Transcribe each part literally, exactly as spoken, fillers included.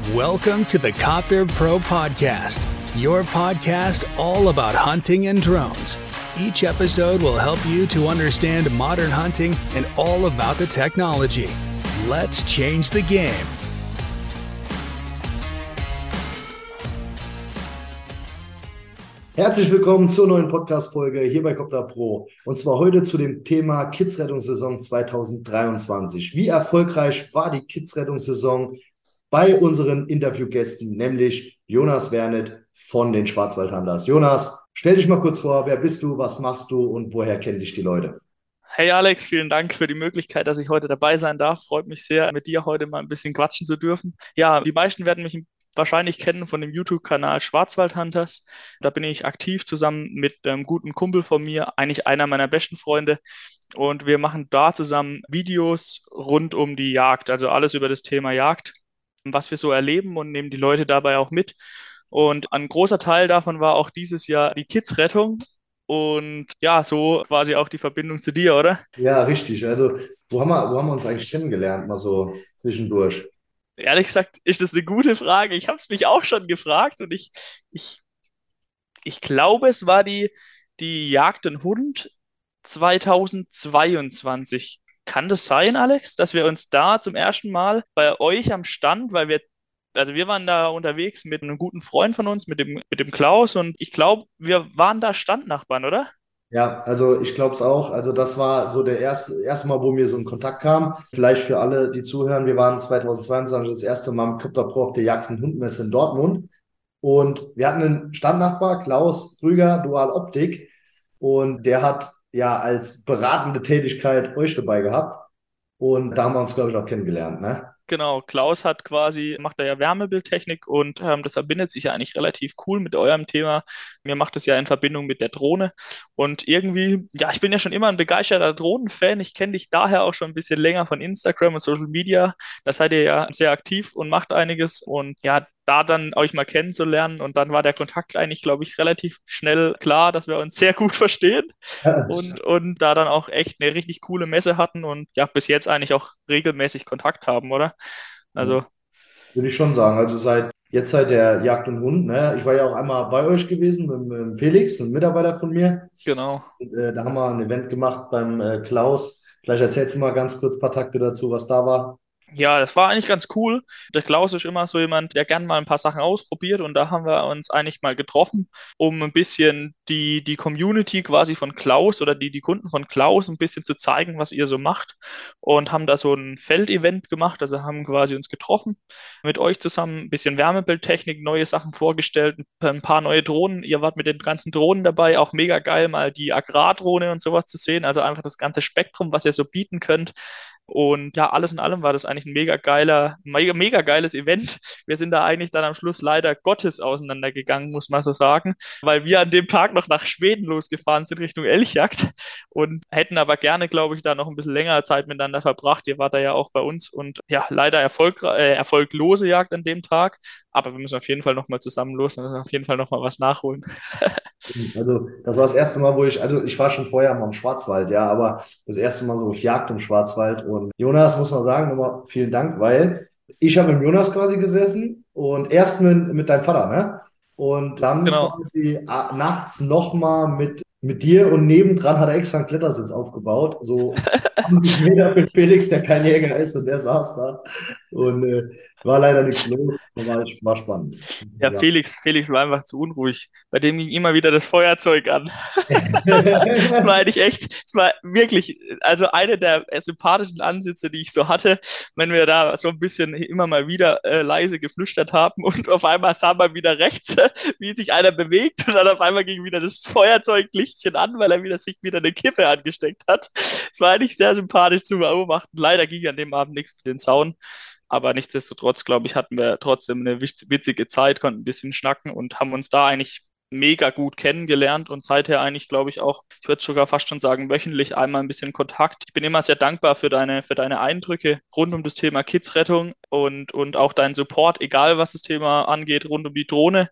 Welcome to the Copter Pro Podcast, your podcast all about hunting and drones. Each episode will help you to understand modern hunting and all about the technology. Let's change the game. Herzlich willkommen zur neuen Podcast-Folge hier bei Copter Pro. Und zwar heute zu dem Thema Kids-Rettungssaison zwanzig dreiundzwanzig. Wie erfolgreich war die Kids-Rettungssaison bei unseren Interviewgästen, nämlich Jonas Wernet von den Schwarzwald-Hunters. Jonas, stell dich mal kurz vor, wer bist du, was machst du und woher kennen dich die Leute? Hey Alex, vielen Dank für die Möglichkeit, dass ich heute dabei sein darf. Freut mich sehr, mit dir heute mal ein bisschen quatschen zu dürfen. Ja, die meisten werden mich wahrscheinlich kennen von dem YouTube-Kanal Schwarzwald-Hunters. Da bin ich aktiv zusammen mit einem guten Kumpel von mir, eigentlich einer meiner besten Freunde. Und wir machen da zusammen Videos rund um die Jagd, also alles über das Thema Jagd, was wir so erleben und nehmen die Leute dabei auch mit. Und ein großer Teil davon war auch dieses Jahr die Kids-Rettung. Und ja, so quasi auch die Verbindung zu dir, oder? Ja, richtig. Also, wo haben wir, wo haben wir uns eigentlich kennengelernt, mal so zwischendurch? Ehrlich gesagt ist das eine gute Frage. Ich habe es mich auch schon gefragt und ich, ich, ich glaube, es war die, die Jagd und Hund zweitausendzweiundzwanzig. Kann das sein, Alex, dass wir uns da zum ersten Mal bei euch am Stand, weil wir, also wir waren da unterwegs mit einem guten Freund von uns, mit dem, mit dem Klaus, und ich glaube, wir waren da Standnachbarn, oder? Ja, also ich glaube es auch. Also das war so der erste, erste Mal, wo mir so ein Kontakt kam. Vielleicht für alle, die zuhören, wir waren zweitausendzweiundzwanzig das erste Mal mit Copter Pro auf der Jagd- und Hundmesse in Dortmund. Und wir hatten einen Standnachbar, Klaus Krüger, Dual Optik. Und der hat ja als beratende Tätigkeit euch dabei gehabt. Und da haben wir uns, glaube ich, auch kennengelernt, ne? Genau, Klaus hat quasi, macht da ja Wärmebildtechnik und ähm, das verbindet sich ja eigentlich relativ cool mit eurem Thema. Mir macht es ja in Verbindung mit der Drohne. Und irgendwie, ja, ich bin ja schon immer ein begeisterter Drohnenfan. Ich kenne dich daher auch schon ein bisschen länger von Instagram und Social Media. Da seid ihr ja sehr aktiv und macht einiges. Und ja, da dann euch mal kennenzulernen, und dann war der Kontakt eigentlich, glaube ich, relativ schnell klar, dass wir uns sehr gut verstehen und, und da dann auch echt eine richtig coole Messe hatten und ja, bis jetzt eigentlich auch regelmäßig Kontakt haben, oder? Ja, Also, würde ich schon sagen. Also seit jetzt seit der Jagd und Hund, ne? Ich war ja auch einmal bei euch gewesen mit, mit dem Felix, ein Mitarbeiter von mir. genau. Und, äh, da haben wir ein Event gemacht beim äh, Klaus. Vielleicht erzählst du mal ganz kurz ein paar Takte dazu, was da war. Ja, das war eigentlich ganz cool. Der Klaus ist immer so jemand, der gern mal ein paar Sachen ausprobiert, und da haben wir uns eigentlich mal getroffen, um ein bisschen die, die Community quasi von Klaus oder die, die Kunden von Klaus ein bisschen zu zeigen, was ihr so macht, und haben da so ein Feldevent gemacht, also haben quasi uns getroffen mit euch zusammen, ein bisschen Wärmebildtechnik, neue Sachen vorgestellt, ein paar neue Drohnen. Ihr wart mit den ganzen Drohnen dabei, auch mega geil, mal die Agrardrohne und sowas zu sehen, also einfach das ganze Spektrum, was ihr so bieten könnt. Und ja, alles in allem war das eigentlich ein mega geiler, mega, mega geiles Event. Wir sind da eigentlich dann am Schluss leider Gottes auseinandergegangen, muss man so sagen, weil wir an dem Tag noch nach Schweden losgefahren sind Richtung Elchjagd und hätten aber gerne, glaube ich, da noch ein bisschen länger Zeit miteinander verbracht. Ihr wart da ja auch bei uns, und ja, leider erfolgre äh, erfolglose Jagd an dem Tag. Aber wir müssen auf jeden Fall nochmal zusammen los und auf jeden Fall nochmal was nachholen. Also, das war das erste Mal, wo ich, also ich war schon vorher mal im Schwarzwald, ja, aber das erste Mal so auf Jagd im Schwarzwald. Und Jonas, muss man sagen, nochmal vielen Dank, weil ich habe mit Jonas quasi gesessen und erst mit, mit deinem Vater, ne? Und dann Genau. quasi a- nachts nochmal mit, mit dir, und nebendran hat er extra einen Klettersitz aufgebaut, so zwanzig Meter für Felix, der kein Jäger ist, und der saß da. Und äh, war leider nichts los, aber war, war spannend. Ja, Ja. Felix, Felix war einfach zu unruhig. Bei dem ging immer wieder das Feuerzeug an. Das war eigentlich echt, das war wirklich, also eine der sympathischen Ansätze, die ich so hatte, wenn wir da so ein bisschen immer mal wieder äh, leise geflüstert haben, und auf einmal sah man wieder rechts, wie sich einer bewegt, und dann auf einmal ging wieder das Feuerzeuglichtchen an, weil er wieder sich wieder eine Kippe angesteckt hat. Es war eigentlich sehr sympathisch zu beobachten. Leider ging an dem Abend nichts mit dem Zaun. Aber nichtsdestotrotz, glaube ich, hatten wir trotzdem eine witzige Zeit, konnten ein bisschen schnacken und haben uns da eigentlich mega gut kennengelernt und seither eigentlich, glaube ich, auch, ich würde sogar fast schon sagen, wöchentlich einmal ein bisschen Kontakt. Ich bin immer sehr dankbar für deine, für deine Eindrücke rund um das Thema Kidsrettung und, und auch deinen Support, egal was das Thema angeht, rund um die Drohne.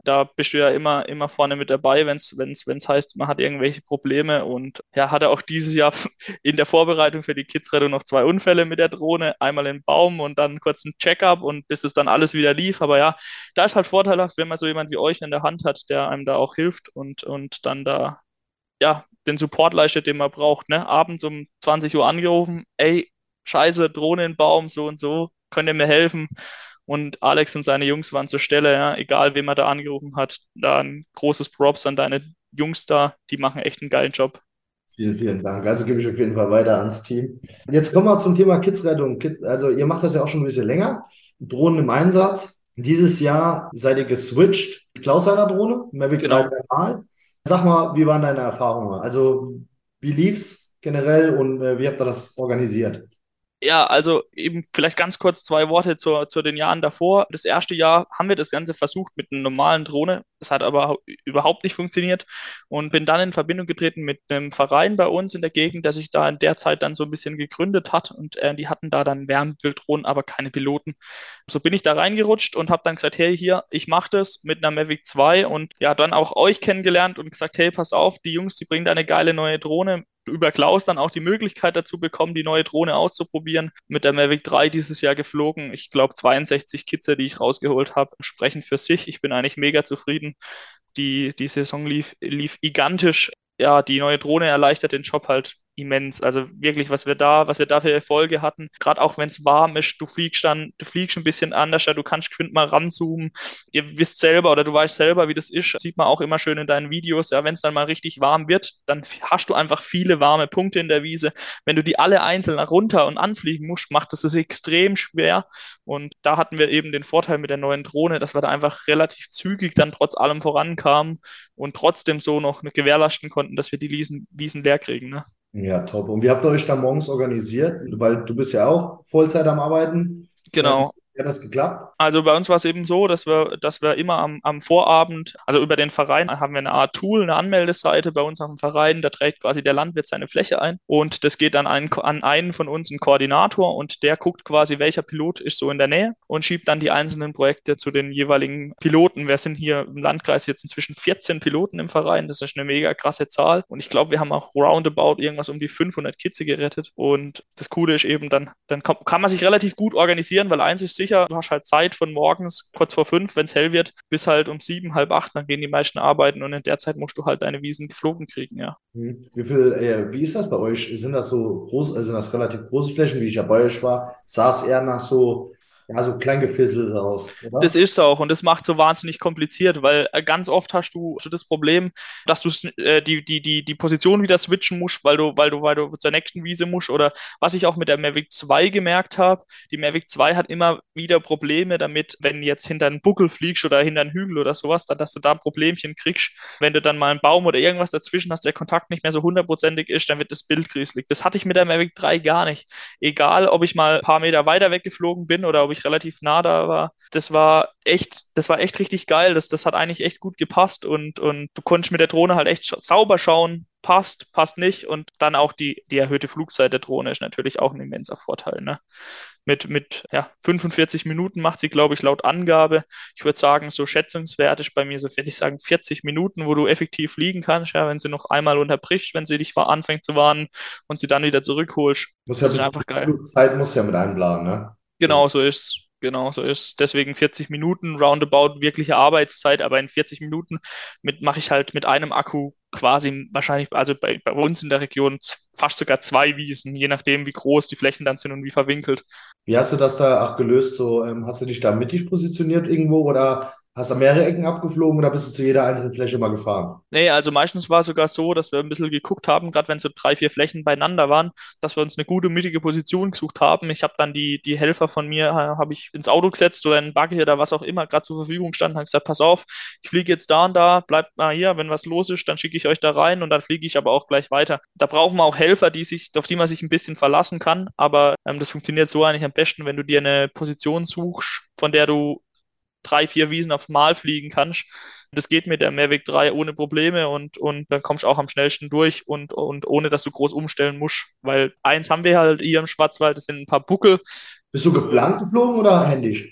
Da bist du ja immer, immer vorne mit dabei, wenn es wenn's, wenn's heißt, man hat irgendwelche Probleme. Und ja, hatte auch dieses Jahr in der Vorbereitung für die Kids-Rettung noch zwei Unfälle mit der Drohne. Einmal im Baum und dann kurz ein Check-up und bis es dann alles wieder lief. Aber ja, da ist halt vorteilhaft, wenn man so jemand wie euch in der Hand hat, der einem da auch hilft und, und dann da ja, den Support leistet, den man braucht. Ne? Abends um zwanzig Uhr angerufen, ey, scheiße, Drohne im Baum, so und so, könnt ihr mir helfen? Und Alex und seine Jungs waren zur Stelle, ja, egal wen man da angerufen hat. Da ein großes Props an deine Jungs da, die machen echt einen geilen Job. Vielen, vielen Dank. Also gebe ich auf jeden Fall weiter ans Team. Jetzt kommen wir zum Thema Kidsrettung. Kid, also ihr macht das ja auch schon ein bisschen länger. Drohnen im Einsatz. Dieses Jahr seid ihr geswitcht. Klaus seiner Drohne, Mavic Genau. drei dreimal. Sag mal, wie waren deine Erfahrungen? Also wie lief's generell und äh, wie habt ihr das organisiert? Ja, also eben vielleicht ganz kurz zwei Worte zu, zu den Jahren davor. Das erste Jahr haben wir das Ganze versucht mit einer normalen Drohne. Das hat aber überhaupt nicht funktioniert und bin dann in Verbindung getreten mit einem Verein bei uns in der Gegend, der sich da in der Zeit dann so ein bisschen gegründet hat und äh, die hatten da dann Wärmebilddrohnen, aber keine Piloten. So bin ich da reingerutscht und habe dann gesagt, hey, hier, ich mache das mit einer Mavic zwei und ja, dann auch euch kennengelernt und gesagt, hey, pass auf, die Jungs, die bringen da eine geile neue Drohne. Über Klaus dann auch die Möglichkeit dazu bekommen, die neue Drohne auszuprobieren. Mit der Mavic drei dieses Jahr geflogen. Ich glaube, zweiundsechzig Kitze, die ich rausgeholt habe, sprechen für sich. Ich bin eigentlich mega zufrieden. Die, die Saison lief, lief gigantisch. Ja, die neue Drohne erleichtert den Job halt immens. Also wirklich, was wir da, was wir da für Erfolge hatten, gerade auch wenn es warm ist, du fliegst dann, du fliegst ein bisschen anders, du kannst geschwind mal ranzoomen. Ihr wisst selber oder du weißt selber, wie das ist. Sieht man auch immer schön in deinen Videos. Ja, wenn es dann mal richtig warm wird, dann hast du einfach viele warme Punkte in der Wiese. Wenn du die alle einzeln runter und anfliegen musst, macht das es extrem schwer. Und da hatten wir eben den Vorteil mit der neuen Drohne, dass wir da einfach relativ zügig dann trotz allem vorankamen und trotzdem so noch gewährleisten konnten, dass wir die Wiesen, Wiesen leer kriegen. Ne? Ja, top. Und wie habt ihr euch da morgens organisiert? Weil du bist ja auch Vollzeit am Arbeiten. Ähm, Genau. wie hat das geklappt? Also bei uns war es eben so, dass wir, dass wir immer am, am Vorabend, also über den Verein haben wir eine Art Tool, eine Anmeldeseite bei uns auf dem Verein, da trägt quasi der Landwirt seine Fläche ein und das geht dann an, an einen von uns, einen Koordinator und der guckt quasi, welcher Pilot ist so in der Nähe und schiebt dann die einzelnen Projekte zu den jeweiligen Piloten. Wir sind hier im Landkreis jetzt inzwischen vierzehn Piloten im Verein, das ist eine mega krasse Zahl und ich glaube, wir haben auch roundabout irgendwas um die fünfhundert Kitze gerettet und das Coole ist eben, dann, dann kann, kann man sich relativ gut organisieren, weil eins ist sicher, du hast halt Zeit von morgens kurz vor fünf, wenn es hell wird, bis halt um sieben, halb acht, dann gehen die meisten arbeiten und in der Zeit musst du halt deine Wiesen geflogen kriegen, ja. Hm. Wie viel, äh, wie ist das bei euch? Sind das so groß, äh, sind das relativ große Flächen, wie ich ja bei euch war? Sah es eher nach so, ja, so Kleingefissel aus, Das oder? ist auch und das macht so wahnsinnig kompliziert, weil äh, ganz oft hast du so das Problem, dass du äh, die, die, die, die Position wieder switchen musst, weil du, weil du, weil du zur nächsten Wiese musst. Oder was ich auch mit der Mavic zwei gemerkt habe, die Mavic zwei hat immer wieder Probleme damit, wenn du jetzt hinter einen Buckel fliegst oder hinter einen Hügel oder sowas, dann, dass du da Problemchen kriegst. Wenn du dann mal einen Baum oder irgendwas dazwischen hast, der Kontakt nicht mehr so hundertprozentig ist, dann wird das Bild grieselig. Das hatte ich mit der Mavic drei gar nicht. Egal, ob ich mal ein paar Meter weiter weggeflogen bin oder ob ich relativ nah da war, das war echt, das war echt richtig geil. Das, das hat eigentlich echt gut gepasst und, und du konntest mit der Drohne halt echt sauber schauen, passt, passt nicht und dann auch die, die erhöhte Flugzeit der Drohne ist natürlich auch ein immenser Vorteil. Ne? Mit, mit ja, fünfundvierzig Minuten macht sie, glaube ich, laut Angabe. Ich würde sagen, so schätzungswert ist bei mir so, würde ich sagen, vierzig Minuten, wo du effektiv fliegen kannst, ja, wenn sie noch einmal unterbricht, wenn sie dich anfängt zu warnen und sie dann wieder zurückholst. Muss ja Das ist bis einfach geil. Flugzeit muss ja mit einplanen, ne? Das, Genau so ist Genau so ist. Deswegen vierzig Minuten roundabout wirkliche Arbeitszeit, aber in vierzig Minuten mit mache ich halt mit einem Akku quasi wahrscheinlich, also bei, bei uns in der Region fast sogar zwei Wiesen, je nachdem, wie groß die Flächen dann sind und wie verwinkelt. wie hast du das da auch gelöst? So, ähm, hast du dich da mittig positioniert irgendwo oder hast du mehrere Ecken abgeflogen oder bist du zu jeder einzelnen Fläche mal gefahren? Nee, also meistens war es sogar so, dass wir ein bisschen geguckt haben, gerade wenn so drei, vier Flächen beieinander waren, dass wir uns eine gute mittige Position gesucht haben. Ich habe dann die, die Helfer von mir, äh, habe ich ins Auto gesetzt oder in den Buggy oder was auch immer gerade zur Verfügung stand, habe gesagt, pass auf, ich fliege jetzt da und da, bleibt mal hier, wenn was los ist, dann schicke ich euch da rein und dann fliege ich aber auch gleich weiter. Da brauchen wir auch Helfer, die sich, auf die man sich ein bisschen verlassen kann, aber ähm, das funktioniert so eigentlich am besten, wenn du dir eine Position suchst, von der du drei, vier Wiesen auf Mal fliegen kannst. Das geht mit der Mavic drei ohne Probleme und, und dann kommst du auch am schnellsten durch und, und ohne, dass du groß umstellen musst. Weil eins haben wir halt hier im Schwarzwald, das sind ein paar Buckel. Bist du geplant geflogen oder händisch?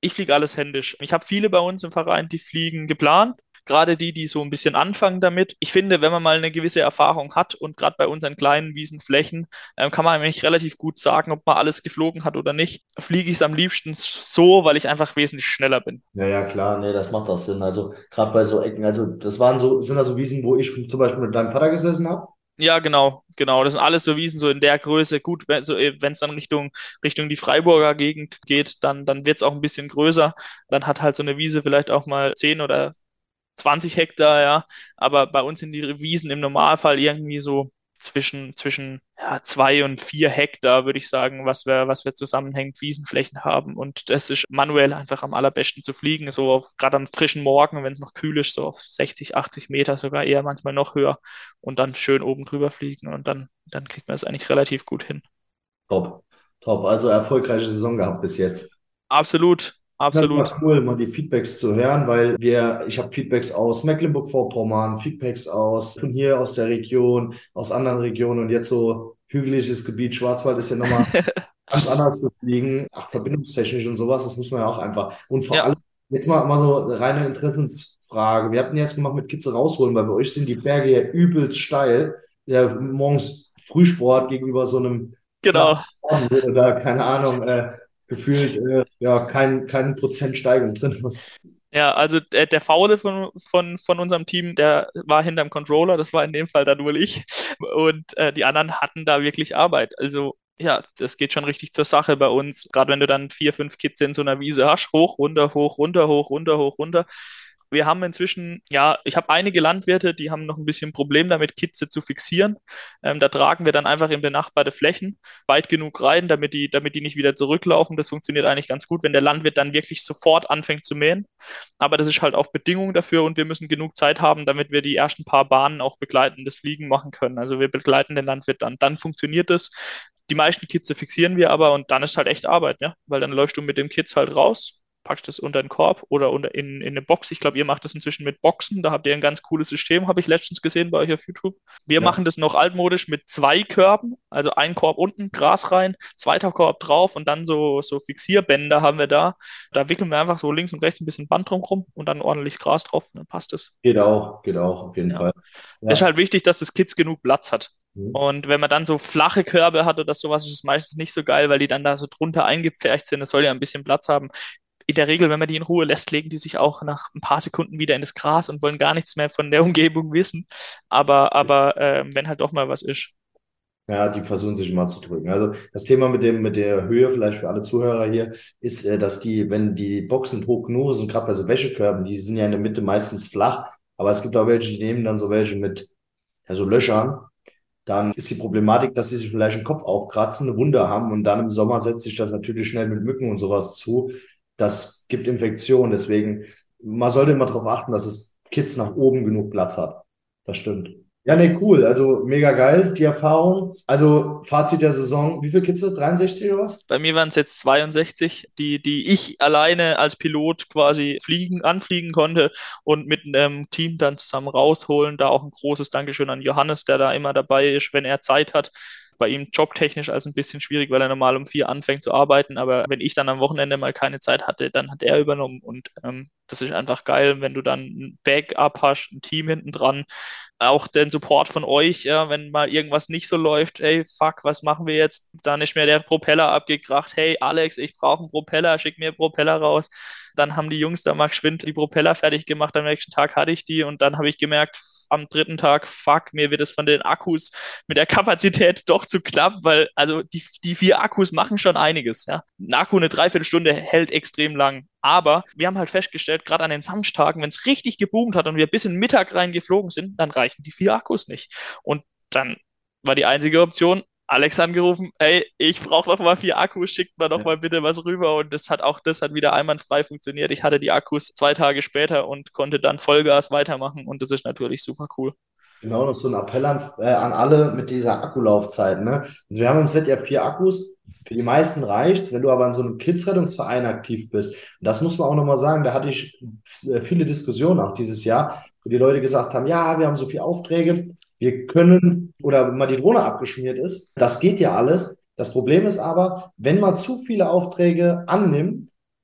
Ich fliege alles händisch. Ich habe viele bei uns im Verein, die fliegen geplant. Gerade die, die so ein bisschen anfangen damit. Ich finde, wenn man mal eine gewisse Erfahrung hat und gerade bei unseren kleinen Wiesenflächen, ähm, kann man eigentlich relativ gut sagen, ob man alles geflogen hat oder nicht. Fliege ich es am liebsten so, weil ich einfach wesentlich schneller bin. Ja, ja, klar, nee, das macht auch Sinn. Also gerade bei so Ecken, also das waren so, sind da so Wiesen, wo ich zum Beispiel mit deinem Vater gesessen habe. Ja, genau, genau. Das sind alles so Wiesen, so in der Größe. Gut, wenn so, wenn es dann Richtung, Richtung die Freiburger Gegend geht, dann, dann wird es auch ein bisschen größer. Dann hat halt so eine Wiese vielleicht auch mal zehn oder zwanzig Hektar, ja. Aber bei uns sind die Wiesen im Normalfall irgendwie so zwischen, zwischen ja, zwei und vier Hektar, würde ich sagen, was wir, was wir zusammenhängend Wiesenflächen haben. Und das ist manuell einfach am allerbesten zu fliegen, so auf, gerade am frischen Morgen, wenn es noch kühl ist, so auf sechzig, achtzig Meter, sogar eher manchmal noch höher und dann schön oben drüber fliegen und dann, dann kriegt man es eigentlich relativ gut hin. Top, top. Also erfolgreiche Saison gehabt bis jetzt. Absolut, Das absolut. war cool, mal die Feedbacks zu hören, weil wir, ich habe Feedbacks aus Mecklenburg-Vorpommern, Feedbacks aus von hier, aus der Region, aus anderen Regionen und jetzt so hügeliges Gebiet. Schwarzwald ist ja nochmal ganz anders zu fliegen. Ach, verbindungstechnisch und sowas, das muss man ja auch einfach. Und vor Ja, allem, jetzt mal, mal so reine Interessensfrage. Wir hatten jetzt gemacht mit Kitze rausholen, weil bei euch sind die Berge ja übelst steil. Ja, morgens Frühsport gegenüber so einem genau. flachen Ort, wo du da, keine Ahnung, äh, gefühlt äh, ja kein, kein Prozent Steigung drin ist. Ja, also der, der Faule von, von, von unserem Team, der war hinterm Controller, das war in dem Fall dann nur ich. Und äh, die anderen hatten da wirklich Arbeit. Also ja, das geht schon richtig zur Sache bei uns. Gerade wenn du dann vier, fünf Kids in so einer Wiese hast, hoch, runter, hoch, runter, hoch, runter, hoch, runter. Wir haben inzwischen, ja, ich habe einige Landwirte, die haben noch ein bisschen Problem damit, Kitze zu fixieren. Ähm, da tragen wir dann einfach in benachbarte Flächen weit genug rein, damit die, damit die nicht wieder zurücklaufen. Das funktioniert eigentlich ganz gut, wenn der Landwirt dann wirklich sofort anfängt zu mähen. Aber das ist halt auch Bedingung dafür und wir müssen genug Zeit haben, damit wir die ersten paar Bahnen auch begleitendes Fliegen machen können. Also wir begleiten den Landwirt dann. Dann funktioniert es. Die meisten Kitze fixieren wir aber und dann ist halt echt Arbeit, ja, weil dann läufst du mit dem Kitz halt raus, packst es unter den Korb oder unter in, in eine Box. Ich glaube, ihr macht das inzwischen mit Boxen. Da habt ihr ein ganz cooles System, habe ich letztens gesehen bei euch auf YouTube. Wir Ja, machen das noch altmodisch mit zwei Körben, also ein Korb unten, Gras rein, zweiter Korb drauf und dann so, so Fixierbänder haben wir da. Da wickeln wir einfach so links und rechts ein bisschen Band drumherum und dann ordentlich Gras drauf und dann passt es. geht auch, geht auch, auf jeden Ja. Fall. Es ist Ja. halt wichtig, dass das Kids genug Platz hat. Mhm. Und wenn man dann so flache Körbe hat oder sowas, ist es meistens nicht so geil, weil die dann da so drunter eingepfercht sind. Das soll ja ein bisschen Platz haben. In der Regel, wenn man die in Ruhe lässt, legen die sich auch nach ein paar Sekunden wieder in das Gras und wollen gar nichts mehr von der Umgebung wissen. Aber, aber äh, wenn halt doch mal was ist. Ja, die versuchen sich immer zu drücken. Also das Thema mit dem, mit der Höhe, vielleicht für alle Zuhörer hier, ist, äh, dass die, wenn die Boxen hoch genug sind, gerade bei so Wäschekörben, die sind ja in der Mitte meistens flach, aber es gibt auch welche, die nehmen dann so welche mit, ja, so Löchern. Dann ist die Problematik, dass sie sich vielleicht den Kopf aufkratzen, eine Wunde haben und dann im Sommer setzt sich das natürlich schnell mit Mücken und sowas zu. Das gibt Infektionen. Deswegen, man sollte immer darauf achten, dass es Kids nach oben genug Platz hat. Das stimmt. Ja, nee, cool. Also mega geil, die Erfahrung. Also Fazit der Saison, wie viele Kids? dreiundsechzig oder was? Bei mir waren es jetzt zweiundsechzig, die, die ich alleine als Pilot quasi fliegen, anfliegen konnte und mit einem Team dann zusammen rausholen. Da auch ein großes Dankeschön an Johannes, der da immer dabei ist, wenn er Zeit hat. Bei ihm jobtechnisch als ein bisschen schwierig, weil er normal um vier anfängt zu arbeiten. Aber wenn ich dann am Wochenende mal keine Zeit hatte, dann hat er übernommen. Und ähm, das ist einfach geil, wenn du dann ein Backup hast, ein Team hinten dran. Auch den Support von euch, ja, wenn mal irgendwas nicht so läuft, hey, fuck, was machen wir jetzt? Dann ist mir der Propeller abgekracht. Hey, Alex, ich brauche einen Propeller, schick mir einen Propeller raus. Dann haben die Jungs da mal geschwind die Propeller fertig gemacht. Am nächsten Tag hatte ich die und dann habe ich gemerkt, am dritten Tag, fuck, mir wird es von den Akkus mit der Kapazität doch zu knapp, weil also die, die vier Akkus machen schon einiges. Ja. Ein Akku eine Dreiviertelstunde hält extrem lang. Aber wir haben halt festgestellt, gerade an den Samstagen, wenn es richtig geboomt hat und wir bis in den Mittag rein geflogen sind, dann reichen die vier Akkus nicht. Und dann war die einzige Option, Alex angerufen, hey, ich brauche noch mal vier Akkus, schickt mir noch mal bitte was rüber. Und das hat auch das hat wieder einwandfrei funktioniert. Ich hatte die Akkus zwei Tage später und konnte dann Vollgas weitermachen und das ist natürlich super cool. Genau, das ist so ein Appell an, äh, an alle mit dieser Akkulaufzeit. Ne? Also wir haben im Set ja vier Akkus. Für die meisten reicht's. Wenn du aber in so einem Kids-Rettungsverein aktiv bist, und das muss man auch nochmal sagen, da hatte ich äh, viele Diskussionen auch dieses Jahr, wo die Leute gesagt haben, ja, wir haben so viele Aufträge, wir können, oder mal die Drohne abgeschmiert ist, das geht ja alles. Das Problem ist aber, wenn man zu viele Aufträge annimmt,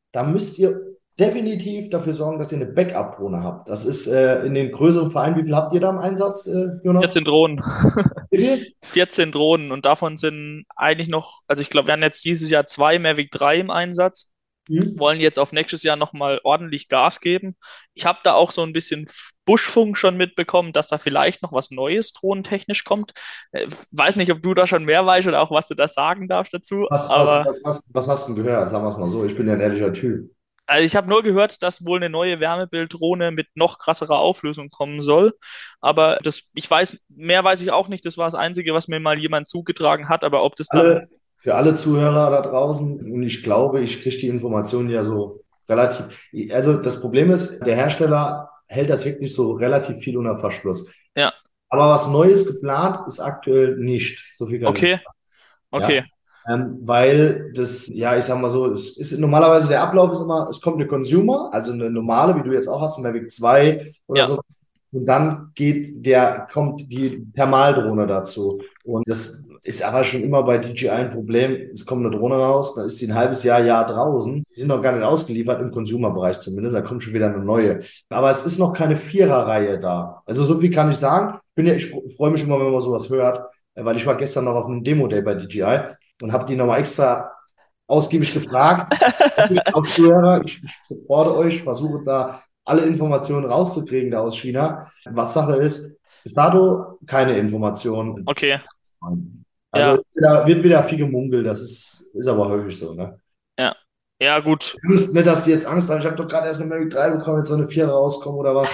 da müsst ihr definitiv dafür sorgen, dass ihr eine Backup-Drohne habt. Das ist äh, in den größeren Vereinen, wie viel habt ihr da im Einsatz, äh, Jonas? vierzehn Drohnen. Wie viel? vierzehn Drohnen und davon sind eigentlich noch, also ich glaube, wir haben jetzt dieses Jahr zwei Mavic drei im Einsatz, Hm? wollen jetzt auf nächstes Jahr nochmal ordentlich Gas geben. Ich habe da auch so ein bisschen Buschfunk schon mitbekommen, dass da vielleicht noch was Neues drohnentechnisch kommt. Äh, weiß nicht, ob du da schon mehr weißt oder auch was du da sagen darfst dazu, Was, was, aber was, was, was hast du denn gehört? Sagen wir es mal so. Ich bin ja ein ehrlicher Typ. also ich habe nur gehört, dass wohl eine neue Wärmebilddrohne mit noch krasserer Auflösung kommen soll. Aber das, ich weiß, mehr weiß ich auch nicht. Das war das Einzige, was mir mal jemand zugetragen hat. Aber ob das dann, Alle, für alle Zuhörer da draußen, und ich glaube, ich kriege die Informationen ja so relativ. Also das Problem ist, der Hersteller hält das wirklich so relativ viel unter Verschluss. ja, Aber was Neues geplant ist aktuell nicht. So viel kann ich okay, sagen. Ja. okay, Ähm, weil das, ja, ich sag mal so, es ist normalerweise der Ablauf ist immer, es kommt eine Consumer, also eine normale, wie du jetzt auch hast, ein Mavic zwei oder ja, so. Und dann geht der, kommt die Thermaldrohne dazu. Und das ist aber schon immer bei D J I ein Problem. Es kommt eine Drohne raus, dann ist die ein halbes Jahr, Jahr draußen. Die sind noch gar nicht ausgeliefert, im Consumer-Bereich zumindest. Da kommt schon wieder eine neue. Aber es ist noch keine Vierer-Reihe da. Also so viel kann ich sagen. Ich bin ja, ich freue mich immer, wenn man sowas hört, weil ich war gestern noch auf einem Demo-Day bei D J I und habe die nochmal extra ausgiebig gefragt. Auch Zuhörer, ich, ich supporte euch, versuche da alle Informationen rauszukriegen da aus China. Was Sache ist, bis dato keine Informationen. okay, Also ja, da wird wieder viel gemunkelt, das ist, ist aber häufig so, ne? ja, ja, gut. Angst, nicht, dass die jetzt Angst haben, ich habe doch gerade erst eine Mavic drei bekommen, jetzt so eine vier rauskommen oder was.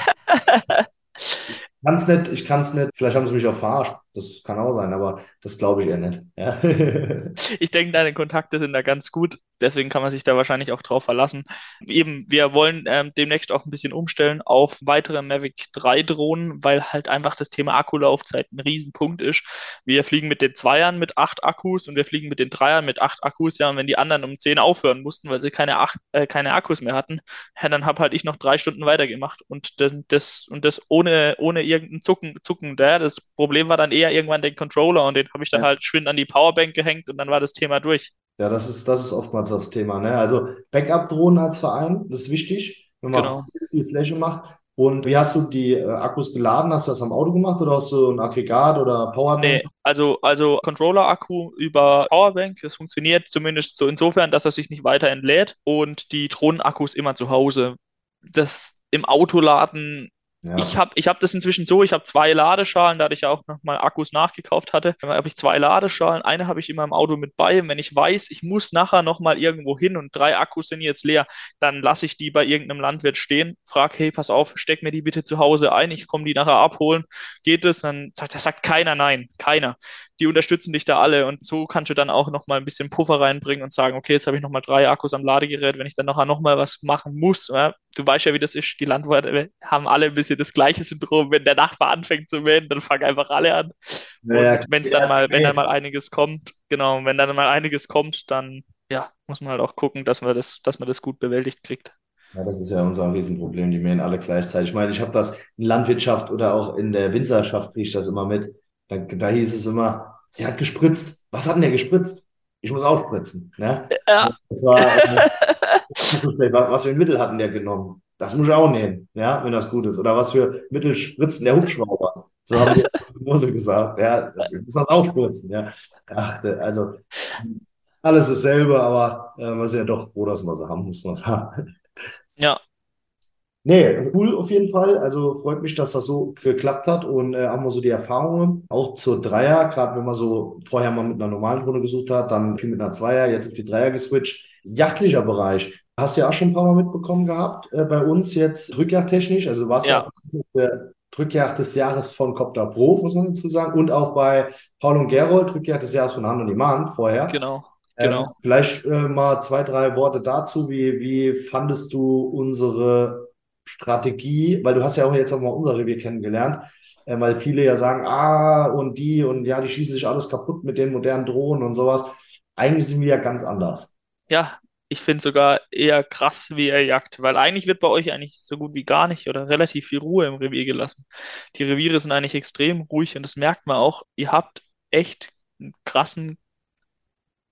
Kann's nicht, ich kann es nicht. Vielleicht haben sie mich auch verarscht. Das kann auch sein, aber das glaube ich eher nicht. Ja. Ich denke, deine Kontakte sind da ganz gut. Deswegen kann man sich da wahrscheinlich auch drauf verlassen. Eben, wir wollen ähm, demnächst auch ein bisschen umstellen auf weitere Mavic drei Drohnen, weil halt einfach das Thema Akkulaufzeit ein Riesenpunkt ist. Wir fliegen mit den Zweiern mit acht Akkus und wir fliegen mit den Dreiern mit acht Akkus. Ja, und wenn die anderen um zehn aufhören mussten, weil sie keine, acht, äh, keine Akkus mehr hatten, ja, dann habe halt ich noch drei Stunden weitergemacht. Und das, das, und das ohne, ohne irgendein Zucken, Zucken. Ja, das Problem war dann eher irgendwann den Controller und den habe ich dann Ja. halt schwind an die Powerbank gehängt und dann war das Thema durch. Ja, das ist, das ist oftmals das Thema, ne? Also Backup-Drohnen als Verein, das ist wichtig, wenn man Genau. viel, viel Fläche macht. Und wie hast du die äh, Akkus geladen? Hast du das am Auto gemacht oder hast du ein Aggregat oder Powerbank? Nee, also, also Controller-Akku über Powerbank, das funktioniert zumindest so insofern, dass er sich nicht weiter entlädt und die Drohnenakkus immer zu Hause. Das im Auto laden. Ich Ja. habe ich hab das inzwischen so, ich habe zwei Ladeschalen, da ich ja auch nochmal Akkus nachgekauft hatte, habe ich zwei Ladeschalen, eine habe ich immer im Auto mit bei und wenn ich weiß, ich muss nachher nochmal irgendwo hin und drei Akkus sind jetzt leer, dann lasse ich die bei irgendeinem Landwirt stehen, frage, hey, pass auf, steck mir die bitte zu Hause ein, ich komme die nachher abholen, geht es? Dann sagt, da sagt keiner nein, keiner. Die unterstützen dich da alle und so kannst du dann auch nochmal ein bisschen Puffer reinbringen und sagen, okay, jetzt habe ich nochmal drei Akkus am Ladegerät, wenn ich dann nachher nochmal was machen muss, ja, du weißt ja, wie das ist, die Landwirte haben alle ein bisschen das gleiche Syndrom, wenn der Nachbar anfängt zu mähen, dann fangen einfach alle an. Ja, Und wenn es dann ja, mal, wenn dann nee. mal einiges kommt, genau, wenn dann mal einiges kommt, dann ja, muss man halt auch gucken, dass man das, dass man das gut bewältigt kriegt. Ja, das ist ja unser Riesenproblem, die mähen alle gleichzeitig. Ich meine, ich habe das in Landwirtschaft oder auch in der Winzerschaft kriege ich das immer mit. Da, da hieß es immer, der hat gespritzt. Was hat denn der gespritzt? Ich muss auch spritzen. Ne? Ja. Das war, äh, was für ein Mittel hat denn der genommen? Das muss ich auch nehmen, ja, wenn das gut ist. Oder was für Mittel spritzt denn der Hubschrauber? So haben die in der Hose gesagt. Ja, das muss das auch spritzen. Ja. Ach, also alles dasselbe, aber äh, wir sind ja doch froh, dass wir sie haben, muss man sagen. Ja, Nee, cool auf jeden Fall. Also freut mich, dass das so geklappt hat und äh, haben wir so die Erfahrungen. Auch zur Dreier, gerade wenn man so vorher mal mit einer normalen Drohne gesucht hat, dann viel mit einer Zweier, jetzt auf die Dreier geswitcht. Jachtlicher Bereich. Hast du ja auch schon ein paar Mal mitbekommen gehabt, äh, bei uns jetzt drückjagdtechnisch. Also du warst ja ja, auch der Drückjagd des Jahres von Copter Pro, muss man dazu sagen. Und auch bei Paul und Gerold, Drückjagd des Jahres von Hand und Demand vorher. genau, Ähm, genau. vielleicht äh, mal zwei, drei Worte dazu. Wie, wie fandest du unsere Strategie? Weil du hast ja auch jetzt auch mal unser Revier kennengelernt, äh, weil viele ja sagen, ah, und die und ja, die schießen sich alles kaputt mit den modernen Drohnen und sowas. Eigentlich sind wir ja ganz anders. Ja, ich finde sogar eher krass, wie er jagt, weil eigentlich wird bei euch eigentlich so gut wie gar nicht oder relativ viel Ruhe im Revier gelassen. Die Reviere sind eigentlich extrem ruhig und das merkt man auch. Ihr habt echt einen krassen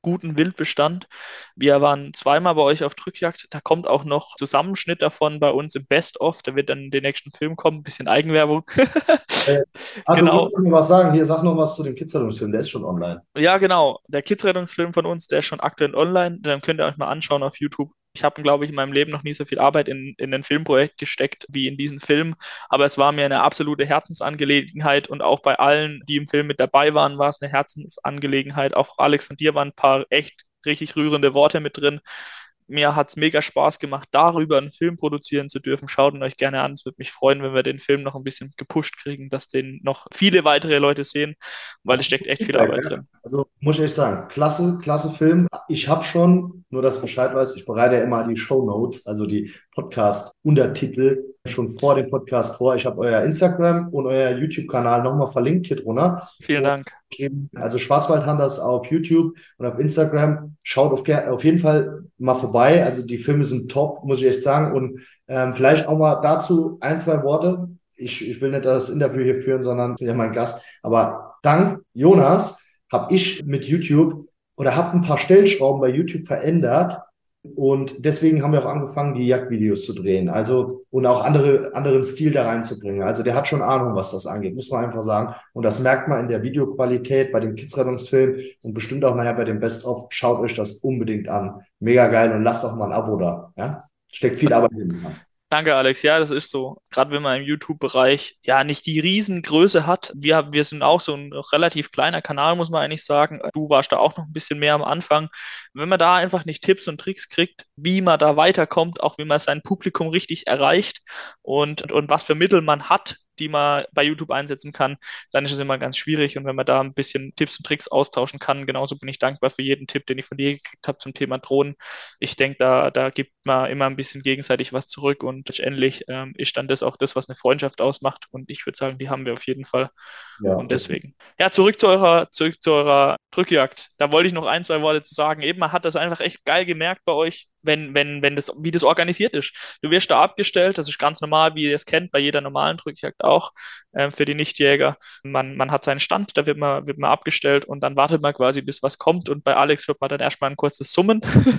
guten Wildbestand. Wir waren zweimal bei euch auf Drückjagd. Da kommt auch noch Zusammenschnitt davon bei uns im Best-of. Da wird dann der nächsten Film kommen. Ein bisschen Eigenwerbung. Äh, ah, du Genau. wolltest mir was sagen. Hier, sag noch was zu dem Kids-Film, der ist schon online. Ja, genau. Der Kids-Rettungsfilm von uns, der ist schon aktuell online. Den könnt ihr euch mal anschauen auf YouTube. Ich habe, glaube ich, in meinem Leben noch nie so viel Arbeit in, in ein Filmprojekt gesteckt wie in diesen Film. Aber es war mir eine absolute Herzensangelegenheit und auch bei allen, die im Film mit dabei waren, war es eine Herzensangelegenheit. Auch Alex, von dir waren ein paar echt richtig rührende Worte mit drin. Mir hat es mega Spaß gemacht, darüber einen Film produzieren zu dürfen. Schaut ihn euch gerne an. Es würde mich freuen, wenn wir den Film noch ein bisschen gepusht kriegen, dass den noch viele weitere Leute sehen, weil es steckt echt viel Feedback, Arbeit ja. drin. Also muss ich echt sagen, klasse, klasse Film. Ich habe schon, nur dass du Bescheid weißt, ich bereite ja immer die Shownotes, also die Podcast-Untertitel schon vor dem Podcast vor. Ich habe euer Instagram und euer YouTube-Kanal nochmal verlinkt hier drunter. Vielen Dank. Also Schwarzwaldhunters auf YouTube und auf Instagram. Schaut auf, auf jeden Fall mal vorbei. Also die Filme sind top, muss ich echt sagen. Und ähm, vielleicht auch mal dazu ein, zwei Worte. Ich, ich will nicht das Interview hier führen, sondern ja mein Gast. Aber dank Jonas habe ich mit YouTube oder habe ein paar Stellschrauben bei YouTube verändert. Und deswegen haben wir auch angefangen, die Jagdvideos zu drehen. Also, und auch andere, anderen Stil da reinzubringen. Also, der hat schon Ahnung, was das angeht, muss man einfach sagen. Und das merkt man in der Videoqualität bei dem Kids-Rettungsfilm und bestimmt auch nachher bei dem Best-of. Schaut euch das unbedingt an. Mega geil und lasst auch mal ein Abo da. Ja? Steckt viel Arbeit hinten. Danke, Alex. Ja, das ist so. Gerade wenn man im YouTube-Bereich ja nicht die Riesengröße hat. Wir, wir sind auch so ein relativ kleiner Kanal, muss man eigentlich sagen. Du warst da auch noch ein bisschen mehr am Anfang. Wenn man da einfach nicht Tipps und Tricks kriegt, wie man da weiterkommt, auch wie man sein Publikum richtig erreicht und, und was für Mittel man hat, die man bei YouTube einsetzen kann, dann ist es immer ganz schwierig. Und wenn man da ein bisschen Tipps und Tricks austauschen kann, genauso bin ich dankbar für jeden Tipp, den ich von dir gekriegt habe zum Thema Drohnen. Ich denke, da, da gibt man immer ein bisschen gegenseitig was zurück und letztendlich ähm, ist dann das auch das, was eine Freundschaft ausmacht. Und ich würde sagen, die haben wir auf jeden Fall. Ja. Und deswegen. Ja, zurück zu eurer, zurück zu eurer Drückjagd. Da wollte ich noch ein, zwei Worte zu sagen. Eben, man hat das einfach echt geil gemerkt bei euch, wenn, wenn, wenn das, wie das organisiert ist. Du wirst da abgestellt, das ist ganz normal, wie ihr es kennt, bei jeder normalen Drückjagd auch, äh, für die Nichtjäger. Man, man hat seinen Stand, da wird man, wird man abgestellt und dann wartet man quasi, bis was kommt. Und bei Alex hört man dann erstmal ein kurzes Summen,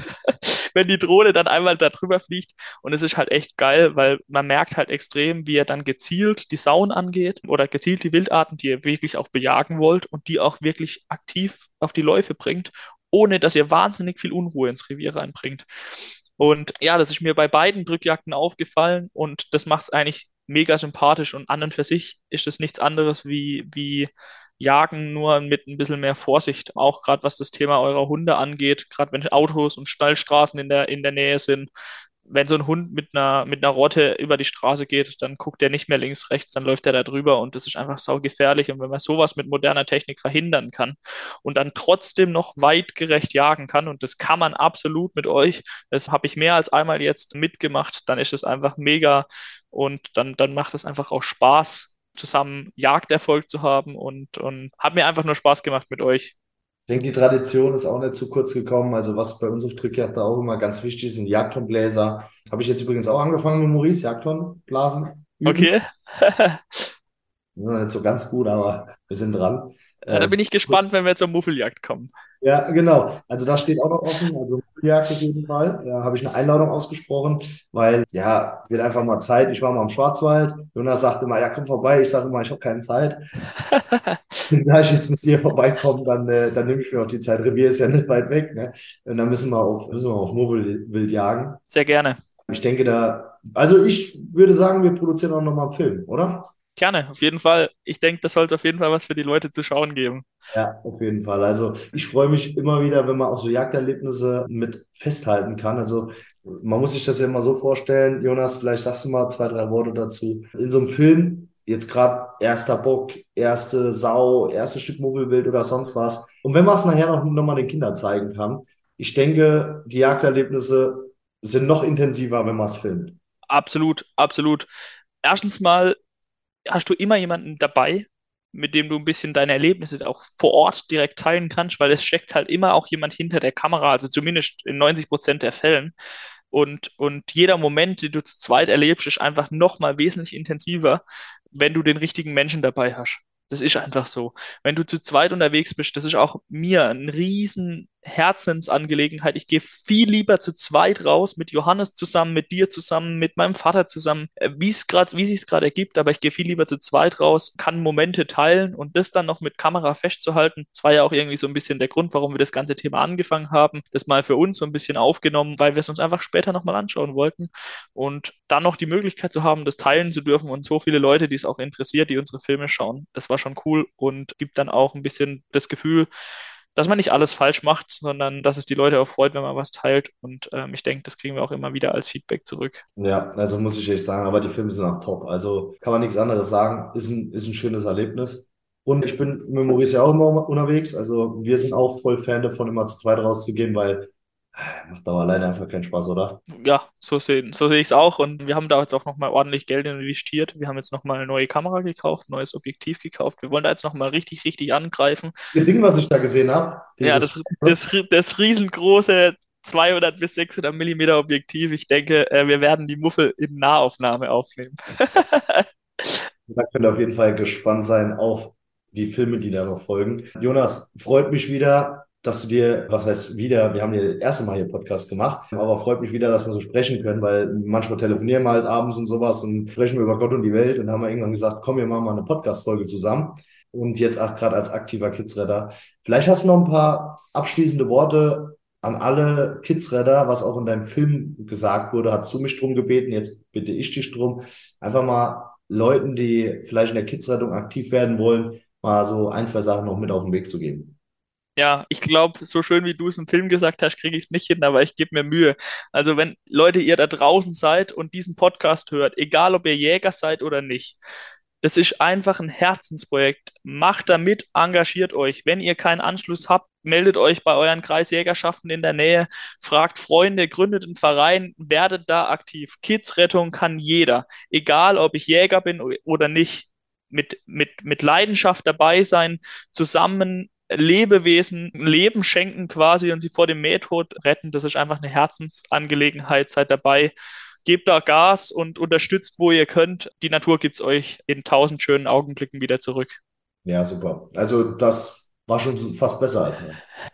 wenn die Drohne dann einmal da drüber fliegt. Und es ist halt echt geil, weil man merkt halt extrem, wie er dann gezielt die Sauen angeht oder gezielt die Wildarten, die ihr wirklich auch bejagen wollt und die auch wirklich aktiv auf die Läufe bringt, ohne dass ihr wahnsinnig viel Unruhe ins Revier reinbringt. Und ja, das ist mir bei beiden Drückjagden aufgefallen und das macht es eigentlich mega sympathisch und an und für sich ist es nichts anderes wie, wie Jagen, nur mit ein bisschen mehr Vorsicht, auch gerade was das Thema eurer Hunde angeht, gerade wenn Autos und Stallstraßen in der, in der Nähe sind. Wenn so ein Hund mit einer, mit einer Rotte über die Straße geht, dann guckt er nicht mehr links, rechts, dann läuft er da drüber und das ist einfach saugefährlich. Und wenn man sowas mit moderner Technik verhindern kann und dann trotzdem noch weitgerecht jagen kann, und das kann man absolut mit euch, das habe ich mehr als einmal jetzt mitgemacht, dann ist es einfach mega und dann, dann macht es einfach auch Spaß, zusammen Jagderfolg zu haben und, und hat mir einfach nur Spaß gemacht mit euch. Ich denke, die Tradition ist auch nicht zu kurz gekommen. Also was bei uns auf Drückjagd auch immer ganz wichtig ist, sind Jagdhornbläser. Habe ich jetzt übrigens auch angefangen mit Maurice, Jagdhornblasen üben. Okay. Ja, nicht so ganz gut, aber wir sind dran. Ja, da Äh, bin ich gespannt, wenn wir zur Muffeljagd kommen. Ja, genau. Also das steht auch noch offen. Also Jagd auf jeden Fall. Da habe ich eine Einladung ausgesprochen, weil ja, wird einfach mal Zeit. Ich war mal im Schwarzwald. Jonas sagte immer, ja, komm vorbei. Ich sage immer, ich habe keine Zeit. Da ich jetzt muss hier vorbeikommen, dann, äh, dann nehme ich mir auch die Zeit. Revier ist ja nicht weit weg, ne? Und dann müssen wir auf, müssen wir auf Moorwild jagen. Sehr gerne. Ich denke da, also ich würde sagen, wir produzieren auch nochmal einen Film, oder? Gerne, auf jeden Fall. Ich denke, das sollte auf jeden Fall was für die Leute zu schauen geben. Ja, auf jeden Fall. Also ich freue mich immer wieder, wenn man auch so Jagderlebnisse mit festhalten kann. Also man muss sich das ja immer so vorstellen, Jonas, vielleicht sagst du mal zwei, drei Worte dazu. In so einem Film, jetzt gerade erster Bock, erste Sau, erstes Stück Mogelwild oder sonst was. Und wenn man es nachher noch, noch mal den Kindern zeigen kann, ich denke, die Jagderlebnisse sind noch intensiver, wenn man es filmt. Absolut, absolut. Erstens mal hast du immer jemanden dabei, mit dem du ein bisschen deine Erlebnisse auch vor Ort direkt teilen kannst, weil es steckt halt immer auch jemand hinter der Kamera, also zumindest in neunzig Prozent der Fällen. Und, und jeder Moment, den du zu zweit erlebst, ist einfach nochmal wesentlich intensiver, wenn du den richtigen Menschen dabei hast. Das ist einfach so. Wenn du zu zweit unterwegs bist, das ist auch mir ein riesen Herzensangelegenheit. Ich gehe viel lieber zu zweit raus, mit Johannes zusammen, mit dir zusammen, mit meinem Vater zusammen, äh, wie es gerade, wie sich es gerade ergibt, aber ich gehe viel lieber zu zweit raus, kann Momente teilen und das dann noch mit Kamera festzuhalten. Das war ja auch irgendwie so ein bisschen der Grund, warum wir das ganze Thema angefangen haben, das mal für uns so ein bisschen aufgenommen, weil wir es uns einfach später nochmal anschauen wollten und dann noch die Möglichkeit zu haben, das teilen zu dürfen und so viele Leute, die es auch interessiert, die unsere Filme schauen. Das war schon cool und gibt dann auch ein bisschen das Gefühl, dass man nicht alles falsch macht, sondern dass es die Leute auch freut, wenn man was teilt. Und ähm, ich denke, das kriegen wir auch immer wieder als Feedback zurück. Ja, also muss ich echt sagen, aber die Filme sind auch top. Also kann man nichts anderes sagen. Ist ein, ist ein schönes Erlebnis. Und ich bin mit Maurice ja auch immer unterwegs. Also wir sind auch voll Fan davon, immer zu zweit rauszugehen, weil äh, macht aber alleine einfach keinen Spaß, oder? Ja, so sehen, so sehe ich es auch. Und wir haben da jetzt auch nochmal ordentlich Geld investiert. Wir haben jetzt nochmal eine neue Kamera gekauft, neues Objektiv gekauft. Wir wollen da jetzt nochmal richtig, richtig angreifen. Das Ding, was ich da gesehen habe, Ja, dieses, das, das, das riesengroße zweihundert bis sechshundert Millimeter Objektiv. Ich denke, äh, wir werden die Muffel in Nahaufnahme aufnehmen. da könnt ihr auf jeden Fall gespannt sein auf die Filme, die da noch folgen. Jonas, freut mich wieder, dass du dir, was heißt wieder, wir haben ja das erste Mal hier Podcast gemacht, aber freut mich wieder, dass wir so sprechen können, weil manchmal telefonieren wir halt abends und sowas und sprechen wir über Gott und die Welt und haben wir irgendwann gesagt, komm, wir machen mal eine Podcast-Folge zusammen. Und jetzt auch gerade als aktiver Kidsredder. Vielleicht hast du noch ein paar abschließende Worte an alle Kidsredder, was auch in deinem Film gesagt wurde. Hast du mich drum gebeten, jetzt bitte ich dich drum. Einfach mal Leuten, die vielleicht in der Kidsrettung aktiv werden wollen, mal so ein, zwei Sachen noch mit auf den Weg zu geben. Ja, ich glaube, so schön wie du es im Film gesagt hast, kriege ich es nicht hin, aber ich gebe mir Mühe. Also wenn Leute, ihr da draußen seid und diesen Podcast hört, egal ob ihr Jäger seid oder nicht, das ist einfach ein Herzensprojekt. Macht da mit, engagiert euch. Wenn ihr keinen Anschluss habt, meldet euch bei euren Kreisjägerschaften in der Nähe, fragt Freunde, gründet einen Verein, werdet da aktiv. Kidsrettung kann jeder, egal ob ich Jäger bin oder nicht. Mit, mit, mit Leidenschaft dabei sein, zusammen Lebewesen Leben schenken quasi und sie vor dem Mähtod retten. Das ist einfach eine Herzensangelegenheit. Seid dabei. Gebt da Gas und unterstützt, wo ihr könnt. Die Natur gibt es euch in tausend schönen Augenblicken wieder zurück. Ja, super. Also das war schon fast besser als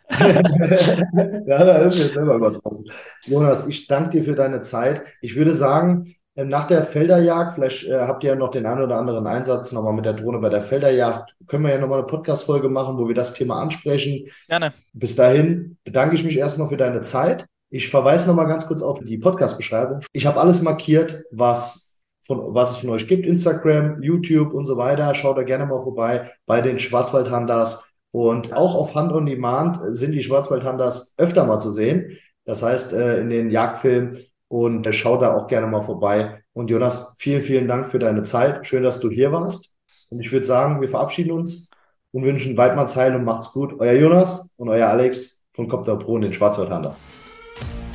man. Ja, da ist mir selber übertroffen. Jonas, ich danke dir für deine Zeit. Ich würde sagen, ähm, nach der Felderjagd, vielleicht äh, habt ihr ja noch den einen oder anderen Einsatz nochmal mit der Drohne bei der Felderjagd, können wir ja nochmal eine Podcast-Folge machen, wo wir das Thema ansprechen. Gerne. Bis dahin bedanke ich mich erstmal für deine Zeit. Ich verweise nochmal ganz kurz auf die Podcast-Beschreibung. Ich habe alles markiert, was, von, was es von euch gibt. Instagram, YouTube und so weiter. Schaut da gerne mal vorbei bei den Schwarzwaldhanders. Und auch auf Hunt on Demand sind die Schwarzwaldhanders öfter mal zu sehen. Das heißt, äh, in den Jagdfilmen. Und äh, schaut da auch gerne mal vorbei. Und Jonas, vielen, vielen Dank für deine Zeit. Schön, dass du hier warst. Und ich würde sagen, wir verabschieden uns und wünschen Weidmannsheil und macht's gut. Euer Jonas und euer Alex von Copter Pro und den Schwarzwaldhanders.